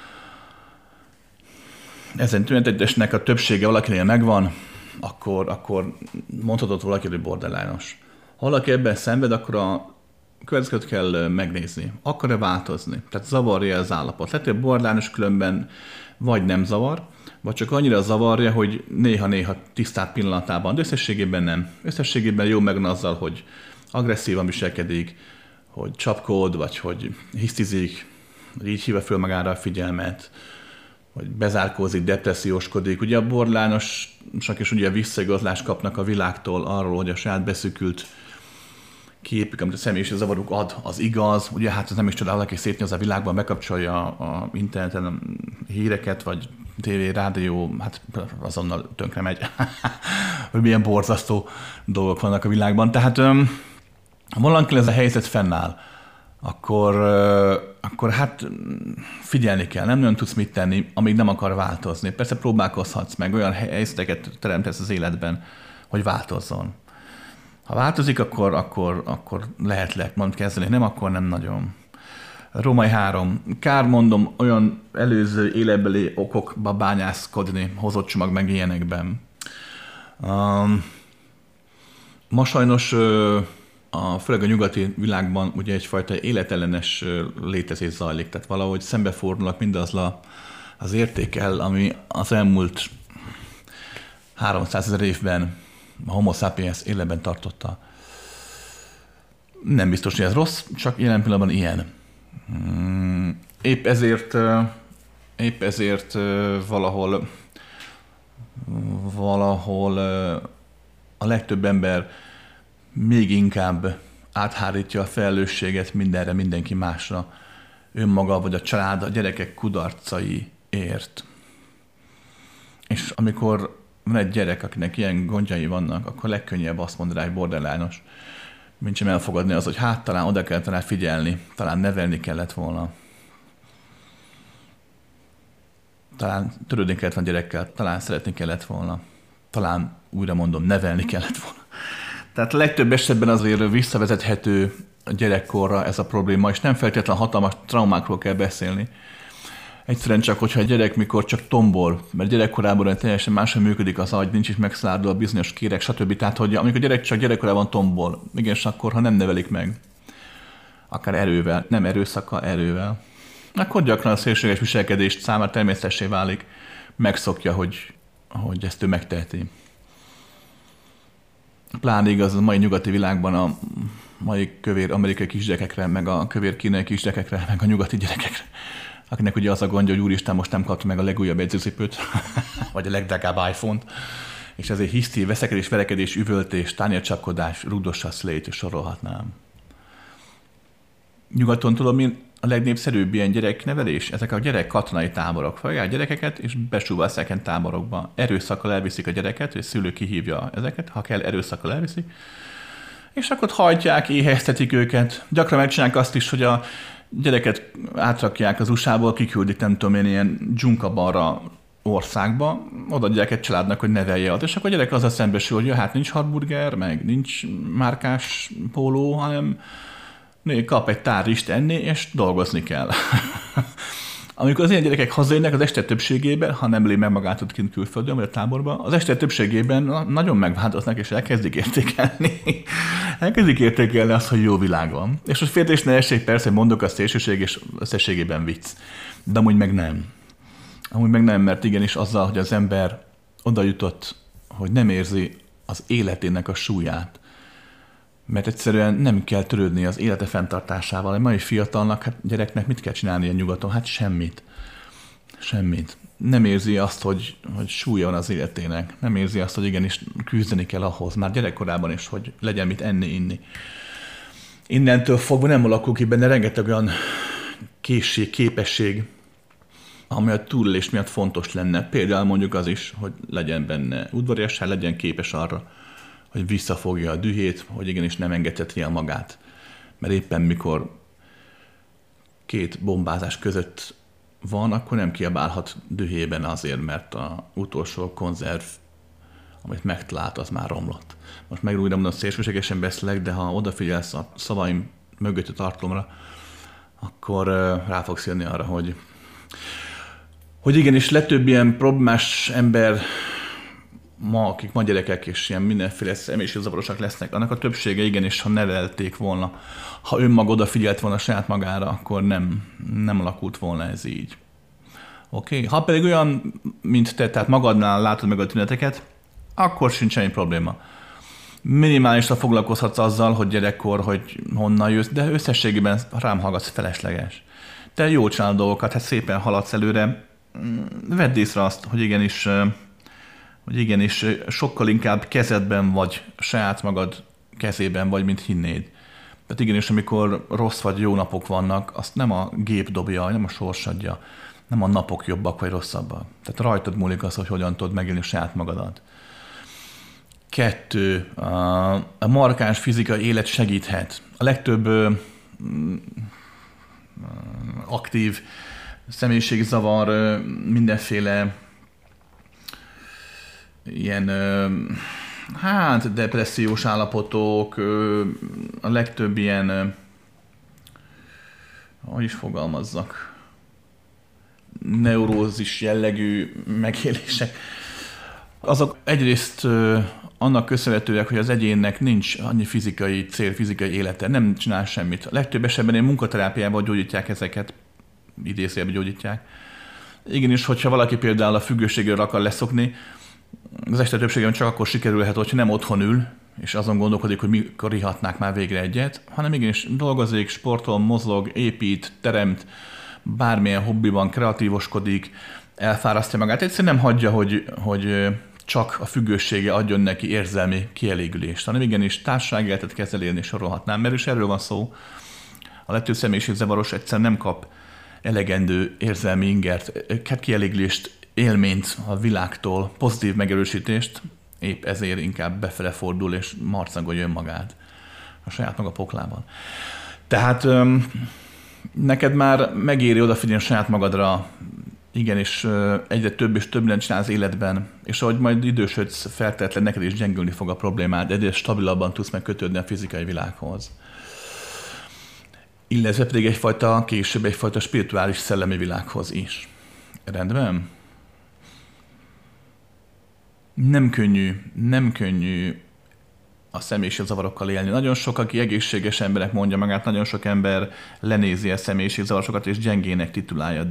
Ezen tünetegyüttesnek a többsége valakinél megvan, akkor mondhatod valaki, hogy borderline-os. Ha valaki ebben szenved, akkor a következőt kell megnézni. Akar-e változni? Tehát zavarja az állapot. Lehet, hogy a borderline-os különben vagy nem zavar, vagy csak annyira zavarja, hogy néha-néha tisztát pillanatában, de összességében nem. Összességében jó megvan azzal, hogy agresszívan viselkedik, hogy csapkod, vagy hogy hisztizik, vagy így hívja föl magára a figyelmet, vagy bezárkózik, depresszióskodik. Ugye a borderline-osak is ugye visszaigazlást kapnak a világtól arról, hogy a saját beszűkült képük, amit a személyiségzavaruk ad, az igaz. Ugye hát ez nem is csodál, aki szétnéz a világban, bekapcsolja a interneten a híreket, vagy tévé, rádió, hát azonnal tönkre megy, hogy milyen borzasztó dolgok vannak a világban. Tehát ha valakivel ez a helyzet fennáll, akkor hát figyelni kell, nem nagyon tudsz mit tenni, amíg nem akar változni. Persze próbálkozhatsz meg, olyan helyzeteket teremtesz az életben, hogy változzon. Ha változik, akkor lehet majd kezdeni, nem, akkor nem nagyon. Római 3. Kár mondom olyan előző életbeli okokba bányászkodni, hozott csomag meg ilyenekben. Ma sajnos főleg a nyugati világban ugye egyfajta életellenes létezés zajlik, tehát valahogy szembefordulnak mindazzal az értékkel, ami az elmúlt 300 000 évben a Homo sapiens életben tartotta. Nem biztos, hogy ez rossz, csak jelen pillanatban ilyen. Épp ezért valahol a legtöbb ember még inkább áthárítja a felelősséget mindenre, mindenki másra, önmaga vagy a család, a gyerekek kudarcaiért. És amikor van egy gyerek, akinek ilyen gondjai vannak, akkor legkönnyebb azt mondani rá, hogy borderline-os, mint sem elfogadni az, hogy hát talán oda kellett rá figyelni, talán nevelni kellett volna. Talán törődni kellett volna a gyerekkel, talán szeretni kellett volna, talán újra mondom, nevelni kellett volna. Tehát a legtöbb esetben azért visszavezethető a gyerekkorra ez a probléma, és nem feltétlenül hatalmas traumákról kell beszélni. Egyszerűen csak, hogyha egy gyerek mikor csak tombol, mert gyerekkorában teljesen máshogy működik az agy, nincs is megszállva a bizonyos kérek, stb. Tehát, hogy amikor a gyerek csak gyerekkorában tombol, igenis akkor, ha nem nevelik meg, akár erővel, nem erőszakkal, erővel, akkor gyakran a szélsőséges viselkedést számára természetessé válik, megszokja, hogy ezt ő megteheti. Pláne igaz a mai nyugati világban a mai kövér amerikai kisgyerekekre, meg a kövér kínai kisgyerekekre, meg a nyugati gyerekekre, akinek ugye az a gondja, hogy úristen, most nem kapta meg a legújabb edzőcipőt, vagy a legdrágább iPhone-t, és ezért hiszti, veszekedés, verekedés, üvöltés, tányércsapkodás, rugdossa a szlét, és sorolhatnám. Nyugaton tudom én a legnépszerűbb ilyen gyereknevelés? Ezek a gyerek katonai táborok. Fogják gyerekeket, és besúvasszák ilyen táborokba. Erőszakkal elviszik a gyereket, és szülő kihívja ezeket, ha kell, erőszakkal elviszik. És akkor hajtják, éheztetik őket. Gyakran megcsinálják azt is, hogy a gyereket átrakják az USA-ból, kiküldik, nem tudom én, ilyen dzsunkabarra országba, odaadják egy családnak, hogy nevelje ott. És akkor a gyerek azzal szembesül, hogy ja, hát nincs hamburger, meg nincs márkás póló, hanem kap egy tárist enni, és dolgozni kell. Amikor az ilyen gyerekek hazajönnek, az este többségében, ha nem lé meg magát ott kint külföldön, vagy a táborban, az este többségében nagyon megváltoznak, és elkezdik értékelni. Elkezdik értékelni azt, hogy jó világ van. És most féltés ne essék, persze, mondok a szélsőség, és összességében vicc. De amúgy meg nem. Amúgy meg nem, mert igenis azzal, hogy az ember oda jutott, hogy nem érzi az életének a súlyát, mert egyszerűen nem kell törődni az élete fenntartásával. Egy mai fiatalnak, hát gyereknek mit kell csinálni a nyugaton? Hát semmit. Semmit. Nem érzi azt, hogy súlya van az életének. Nem érzi azt, hogy igenis küzdeni kell ahhoz, már gyerekkorában is, hogy legyen mit enni, inni. Innentől fogva nem alakul ki benne rengeteg olyan készség, képesség, ami a túlélés miatt fontos lenne. Például mondjuk az is, hogy legyen benne udvariasság, legyen képes arra, hogy visszafogja a dühét, hogy igenis nem engedheti el magát. Mert éppen mikor két bombázás között van, akkor nem kiabálhat dühében azért, mert az utolsó konzerv, amit megtalált, az már romlott. Most meg újra mondom, szélsőségesen beszélek, de ha odafigyelsz a szavaim mögött a tartalomra, akkor rá fogsz jönni arra, hogy igenis legtöbb ilyen problémás ember ma, akik ma gyerekek és ilyen mindenféle személyiségzavarosak lesznek, annak a többsége igenis, ha nevelték volna, ha önmaga odafigyelt volna saját magára, akkor nem alakult volna ez így. Oké? Ha pedig olyan, mint te, tehát magadnál látod meg a tüneteket, akkor sincs semmi probléma. Minimálisra foglalkozhatsz azzal, hogy gyerekkor, hogy honnan jössz, de összességében rám hallgatsz, felesleges. Te jól csinálod dolgokat, hát szépen haladsz előre, vedd észre azt, hogy igenis sokkal inkább kezedben vagy, saját magad kezében vagy, mint hinnéd. Tehát igenis, amikor rossz vagy jó napok vannak, azt nem a gép dobja, nem a sors adja, nem a napok jobbak vagy rosszabbak. Tehát rajtad múlik az, hogy hogyan tudod megélni saját magadat. 2. A markáns fizikai élet segíthet. A legtöbb aktív személyiségzavar, mindenféle ilyen depressziós állapotok, a legtöbb ilyen hogy is fogalmazzak, neurózis jellegű megélések. Azok egyrészt annak köszönhetőek, hogy az egyénnek nincs annyi fizikai cél, fizikai élete, nem csinál semmit. A legtöbb esetben ilyen munkaterápiával gyógyítják ezeket, idézőjelben gyógyítják. Igenis, hogyha valaki például a függőségről akar leszokni, az este többségében csak akkor sikerülhet, hogyha nem otthon ül, és azon gondolkodik, hogy mikor ihatnák már végre egyet, hanem igenis dolgozik, sportol, mozog, épít, teremt, bármilyen hobbiban kreatívoskodik, elfárasztja magát. Egyszerűen nem hagyja, hogy csak a függősége adjon neki érzelmi kielégülést, hanem igenis társasági életet kezd elérni, sorolhatnám, mert is erről van szó. A legtöbb személyiségzavaros egyszerűen nem kap elegendő érzelmi ingert, kielégülést, élményt a világtól, pozitív megerősítést, épp ezért inkább befele fordul és marcangolja önmagát a saját maga poklában. Tehát neked már megéri odafigyelni a saját magadra, igenis egyre több és több csinál az életben, és ahogy majd idősödsz, feltétlen neked is gyengülni fog a problémád, egyre stabilabban tudsz megkötődni a fizikai világhoz. Illetve pedig később egyfajta spirituális szellemi világhoz is. Rendben? Nem könnyű a személyiségzavarokkal élni. Nagyon sok, aki egészséges emberek mondja magát, nagyon sok ember lenézi a személyiségzavarosokat és gyengének titulálja,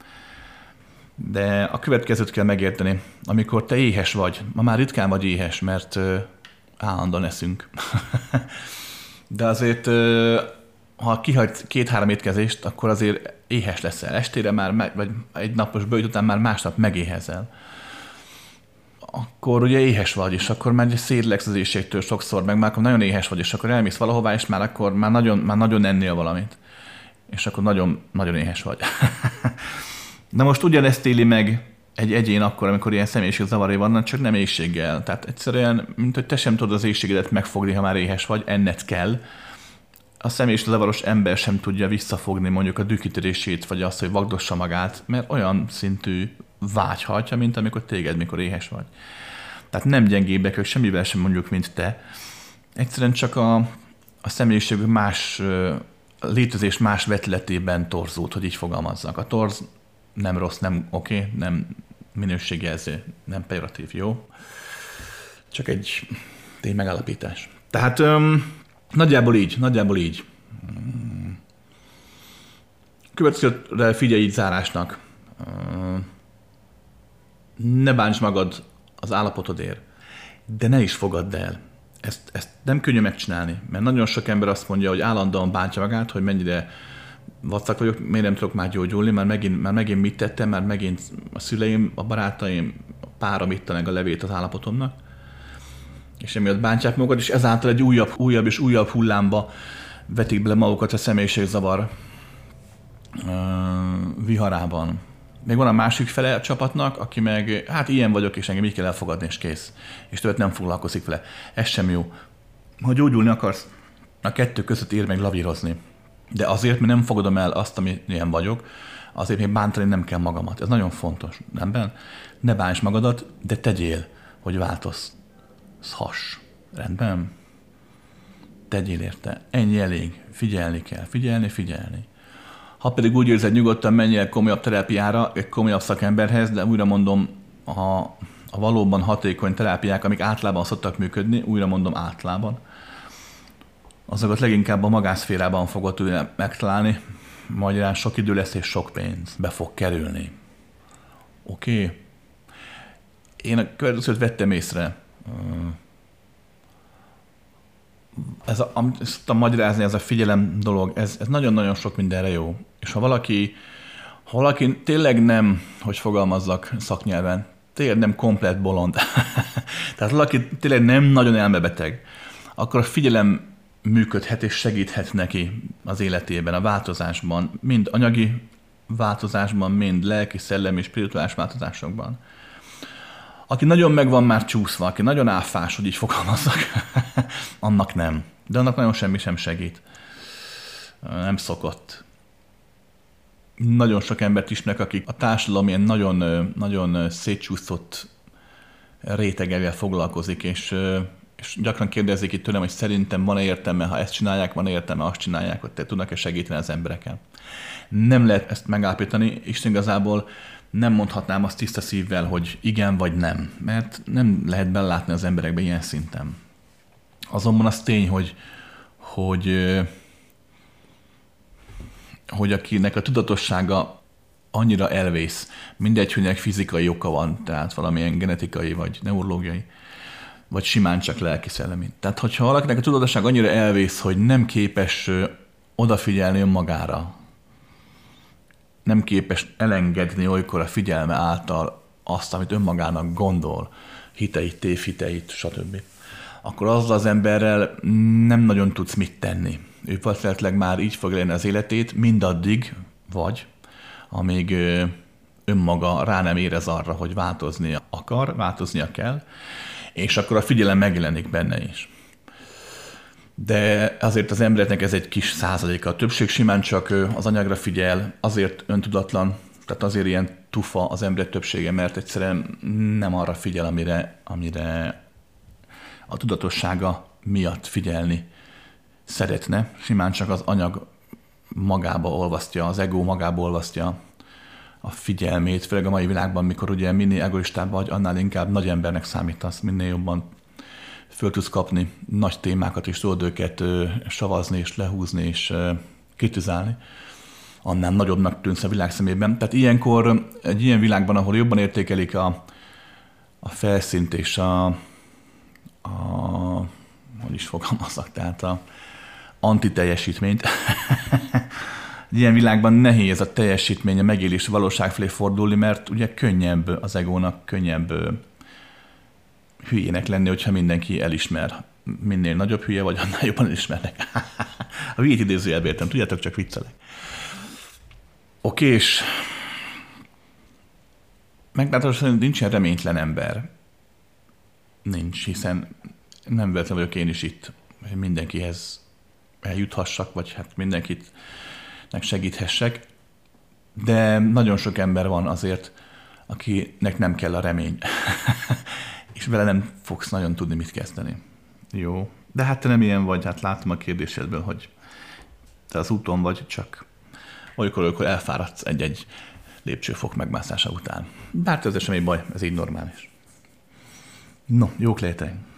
de a következőt kell megérteni. Amikor te éhes vagy, ma már ritkán vagy éhes, mert állandóan eszünk. De azért, ha kihagysz 2-3 étkezést, akkor azért éhes leszel. Estére már, vagy egy napos bőjt után már másnap megéhezel. Akkor ugye éhes vagy, és akkor már szédlegsz az éhségtől sokszor, meg már akkor nagyon éhes vagy, és akkor elmész valahová, és már akkor már nagyon ennél valamit. És akkor nagyon, nagyon éhes vagy. Na most ugyanezt éli meg egy egyén akkor, amikor ilyen személyiségzavarai vannak, csak nem éhséggel. Tehát egyszerűen, mint hogy te sem tudod az éhségedet megfogni, ha már éhes vagy, enned kell. A személyiségzavaros ember sem tudja visszafogni mondjuk a dühkitörését, vagy azt, hogy vagdossa magát, mert olyan szintű vágy hajtja, mint amikor téged, mikor éhes vagy. Tehát nem gyengébbek ők semmivel sem mondjuk, mint te. Egyszerűen csak a személyiség más létezés más vetületében torzult, hogy így fogalmazzak. A torz nem rossz, nem oké, nem minőségjelző, nem pejoratív, jó? Csak egy ténymegállapítás. Tehát nagyjából így. Következőre figyelj így zárásnak. Ne bánts magad az állapotodért, de ne is fogadd el. Ezt nem könnyű megcsinálni, mert nagyon sok ember azt mondja, hogy állandóan bántja magát, hogy mennyire vacak vagyok, miért nem tudok már gyógyulni, már megint mit tettem, már megint a szüleim, a barátaim, a párom itta meg a levét az állapotomnak, és emiatt bántják magukat, és ezáltal egy újabb és újabb hullámba vetik bele magukat a személyiségzavar viharában. Még van a másik fele a csapatnak, aki meg, hát ilyen vagyok, és engem így kell elfogadni, és kész. És többet nem foglalkozik vele. Ez sem jó. Ha gyógyulni akarsz, a kettő között ér meg lavírozni. De azért, mert nem fogadom el azt, ami ilyen vagyok, azért még bántani nem kell magamat. Ez nagyon fontos. Nem? Ne bánts magadat, de tegyél, hogy változhass. Rendben? Tegyél érte. Ennyi elég. Figyelni kell. Figyelni. Ha pedig úgy érzed, nyugodtan menj el komolyabb terápiára, egy komolyabb szakemberhez, de újra mondom, a valóban hatékony terápiák, amik általában szoktak működni, újra mondom általában, azokat leginkább a magánszférában fogod tudni megtalálni, magyarán sok idő lesz és sok pénz be fog kerülni. Oké? Én a következőt vettem észre. Ezt tudom magyarázni, ez a figyelem dolog, ez nagyon-nagyon sok mindenre jó. És ha valaki tényleg nem, hogy fogalmazzak szaknyelven, tényleg nem komplett bolond, tehát valaki tényleg nem nagyon elmebeteg, akkor a figyelem működhet és segíthet neki az életében, a változásban, mind anyagi változásban, mind lelki, szellemi és spirituális változásokban. Aki nagyon meg van már csúszva, aki nagyon áfás, hogy így fogalmazzak, annak nem. De annak nagyon semmi sem segít. Nem szokott. Nagyon sok embert ismerek, akik a társadalom ilyen nagyon, nagyon szétcsúszott rétegevel foglalkozik, és És gyakran kérdezik itt tőlem, hogy szerintem van-e értelme, ha ezt csinálják, van-e értelme, azt csinálják, hogy te tudnak-e segíteni az embereken. Nem lehet ezt megállapítani, és igazából nem mondhatnám azt tiszta szívvel, hogy igen vagy nem, mert nem lehet belátni az emberekbe ilyen szinten. Azonban az tény, hogy akinek a tudatossága annyira elvész, mindegy, hogy fizikai oka van, tehát valamilyen genetikai vagy neurológiai, vagy simán csak lelki-szellemi. Tehát, hogyha valakinek a tudatosság annyira elvész, hogy nem képes odafigyelni önmagára, nem képes elengedni olykor a figyelme által azt, amit önmagának gondol, hiteit, tévhiteit, stb., akkor azzal az emberrel nem nagyon tudsz mit tenni. Ő valószínűleg már így fog élni az életét, mindaddig, vagy amíg önmaga rá nem érez arra, hogy változnia akar, változnia kell, és akkor a figyelem megjelenik benne is. De azért az embereknek ez egy kis százaléka. A többség simán csak az anyagra figyel, azért öntudatlan, tehát azért ilyen tufa az emberek többsége, mert egyszerűen nem arra figyel, amire a tudatossága miatt figyelni szeretne. Simán csak az anyag magába olvasztja, az ego magába olvasztja a figyelmét, főleg a mai világban, mikor ugye minél egoistább vagy, annál inkább nagy embernek számítasz, minél jobban föl tudsz kapni nagy témákat, és tudod őket savazni, és lehúzni, és kritizálni, annál nagyobbnak tűnsz a világ szemében. Tehát ilyenkor egy ilyen világban, ahol jobban értékelik a felszínt és hogy is fogalmazzak, tehát a antiteljesítményt. Ilyen világban nehéz a teljesítmény, a megélés, a valóság felé fordulni, mert ugye könnyebb az egónak, könnyebb hülyének lenni, hogyha mindenki elismer. Minél nagyobb hülye vagy, annál jobban elismernek. A hülyét idézőjelbe értem, tudjátok, csak viccelek. Oké, és meglátásosan nincsen reménytelen ember. Nincs, hiszen nem véletlenül vagyok én is itt, hogy mindenkihez eljuthassak, vagy hát mindenkit segíthessek, de nagyon sok ember van azért, akinek nem kell a remény. És vele nem fogsz nagyon tudni mit kezdeni. Jó, de hát te nem ilyen vagy, hát látom a kérdésedből, hogy te az úton vagy, csak olykor elfáradsz egy-egy lépcsőfok megmászása után. Bár ez semmi baj, ez így normális. No, jók létek!